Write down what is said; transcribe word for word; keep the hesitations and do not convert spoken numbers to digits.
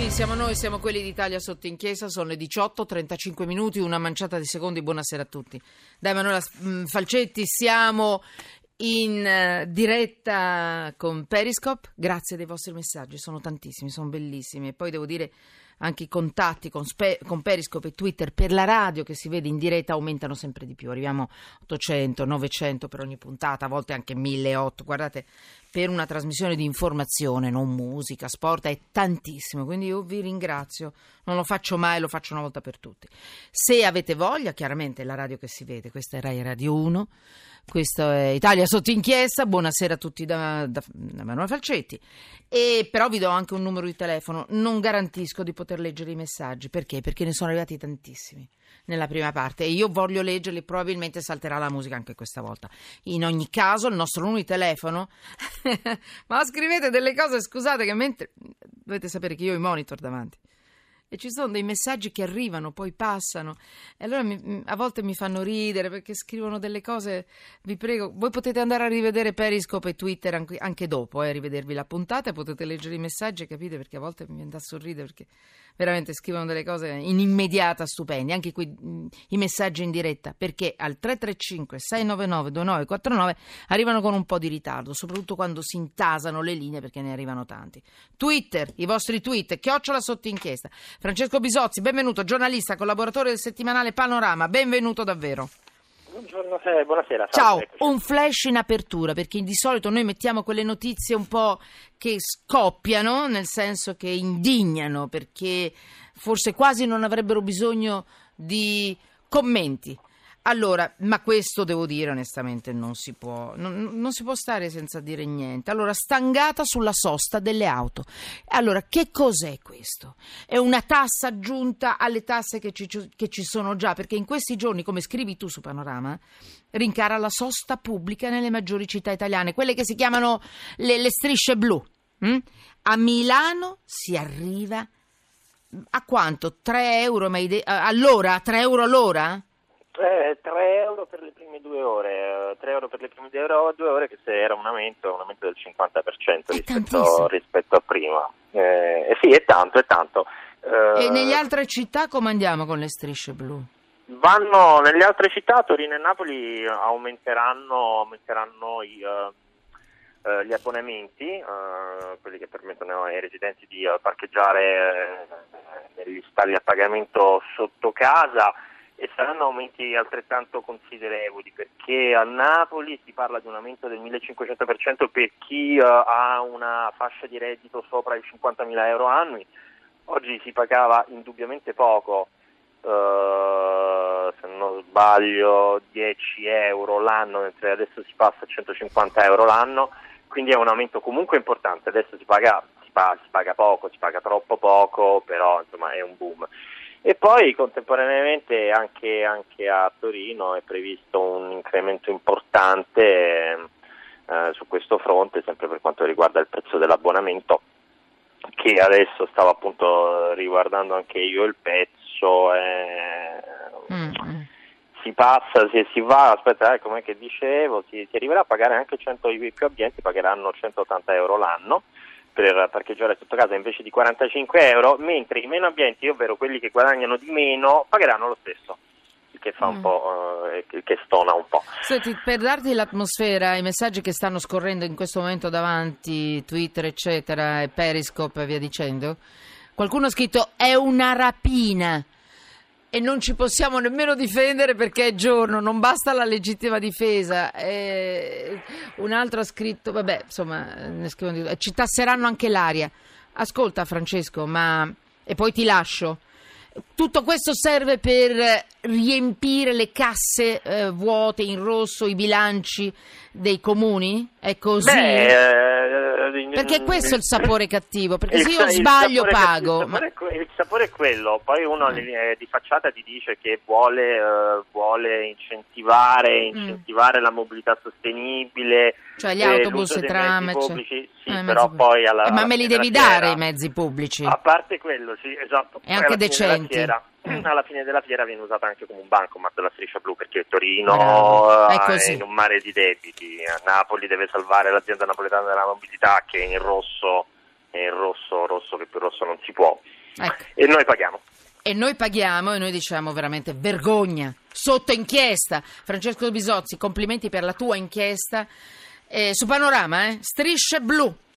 Sì, siamo noi, siamo quelli d'Italia sotto inchiesta, sono le diciotto e trentacinque minuti, una manciata di secondi, buonasera a tutti. Da Emanuela Falcetti siamo in uh, diretta con Periscope, grazie dei vostri messaggi, sono tantissimi, sono bellissimi e poi devo dire anche i contatti con, Spe- con Periscope e Twitter per la radio che si vede in diretta aumentano sempre di più, arriviamo a ottocento, novecento per ogni puntata, a volte anche milleottocento, guardate, per una trasmissione di informazione, non musica, sport, è tantissimo, quindi io vi ringrazio, non lo faccio mai, lo faccio una volta per tutti. Se avete voglia, chiaramente è la radio che si vede, questa è Rai Radio uno, questo è Italia sotto inchiesta, buonasera a tutti da, da, da Emanuela Falcetti, e però vi do anche un numero di telefono, non garantisco di poter leggere i messaggi, perché? Perché ne sono arrivati tantissimi nella prima parte e io voglio leggerli, probabilmente salterà la musica anche questa volta. In ogni caso il nostro numero di telefono ma scrivete delle cose, scusate, che mentre dovete sapere che io ho i monitor davanti e ci sono dei messaggi che arrivano, poi passano e allora mi, a volte mi fanno ridere perché scrivono delle cose. Vi prego, voi potete andare a rivedere Periscope e Twitter anche, anche dopo, eh, rivedervi la puntata, potete leggere i messaggi, capite, perché a volte mi viene da sorridere perché veramente scrivono delle cose in immediata stupendi, anche qui mh, i messaggi in diretta, perché al tre tre cinque sei nove nove due nove quattro nove arrivano con un po' di ritardo, soprattutto quando si intasano le linee perché ne arrivano tanti. Twitter, i vostri tweet, chiocciola sotto inchiesta. Francesco Bisozzi, benvenuto, giornalista, collaboratore del settimanale Panorama, benvenuto davvero. Buongiorno, eh, buonasera. Ciao, salve, un flash in apertura, perché di solito noi mettiamo quelle notizie un po' che scoppiano, nel senso che indignano, perché forse quasi non avrebbero bisogno di commenti. Allora, ma questo devo dire onestamente non si può, non, non si può stare senza dire niente. Allora, stangata sulla sosta delle auto. Allora, che cos'è questo? È una tassa aggiunta alle tasse che ci, che ci sono già, perché in questi giorni, come scrivi tu su Panorama, rincara la sosta pubblica nelle maggiori città italiane, quelle che si chiamano le, le strisce blu. Mm? A Milano si arriva a quanto? tre euro ma ide- all'ora? tre euro all'ora? Eh, tre euro per le prime due ore, tre euro per le prime due ore, due ore che se era un aumento, un aumento del cinquanta per cento rispetto, rispetto a prima. Eh, eh sì, è tanto, è tanto. Eh, e nelle altre città come andiamo con le strisce blu? Vanno nelle altre città, Torino e Napoli aumenteranno, aumenteranno i, uh, uh, gli abbonamenti, uh, quelli che permettono ai residenti di uh, parcheggiare uh, negli stalli a pagamento sotto casa. E saranno aumenti altrettanto considerevoli, perché a Napoli si parla di un aumento del millecinquecento per cento per chi uh, ha una fascia di reddito sopra i cinquantamila euro annui. Oggi si pagava indubbiamente poco, uh, se non sbaglio dieci euro l'anno, mentre adesso si passa a centocinquanta euro l'anno, quindi è un aumento comunque importante. Adesso si paga, si paga, si paga poco, si paga troppo poco, però insomma è un boom. E poi contemporaneamente anche, anche a Torino è previsto un incremento importante eh, su questo fronte, sempre per quanto riguarda il prezzo dell'abbonamento, che adesso stavo appunto riguardando anche io il pezzo. Eh, mm. Si passa, se si va, aspetta, eh, com'è che dicevo, si, si arriverà a pagare anche cento, i più abbienti pagheranno centottanta euro l'anno per parcheggiare sotto casa invece di quarantacinque euro, mentre i meno abbienti, ovvero quelli che guadagnano di meno, pagheranno lo stesso, il che fa un mm. po', eh, il che stona un po'. Senti, per darti l'atmosfera, i messaggi che stanno scorrendo in questo momento davanti, Twitter eccetera, e Periscope e via dicendo, qualcuno ha scritto è una rapina e non ci possiamo nemmeno difendere perché è giorno, non basta la legittima difesa. E un altro ha scritto, vabbè, insomma, ne scrivono di... ci tasseranno anche l'aria. Ascolta Francesco, ma... e poi ti lascio. Tutto questo serve per riempire le casse eh, vuote in rosso, i bilanci dei comuni? È così? Beh, eh... Perché questo è il sapore cattivo, perché se io sbaglio pago. Il sapore, ma... il sapore è quello, poi uno eh. di facciata ti dice che vuole, uh, vuole incentivare, incentivare mm. la mobilità sostenibile, cioè gli autobus e tram, mezzi pubblici, sì, eh, però mezzi poi alla, eh, ma alla me li devi dare fiera, i mezzi pubblici. A parte quello, sì, esatto. E anche decenti. Mm. Alla fine della fiera viene usata anche come un bancomat della striscia blu, perché Torino è, è in un mare di debiti, a Napoli deve salvare l'azienda napoletana della mobilità che è in rosso è in rosso, rosso che più rosso non si può, Ecco. e noi paghiamo. E noi paghiamo e noi diciamo veramente vergogna, sotto inchiesta. Francesco Bisozzi, complimenti per la tua inchiesta. Eh, su Panorama, eh? Strisce blu.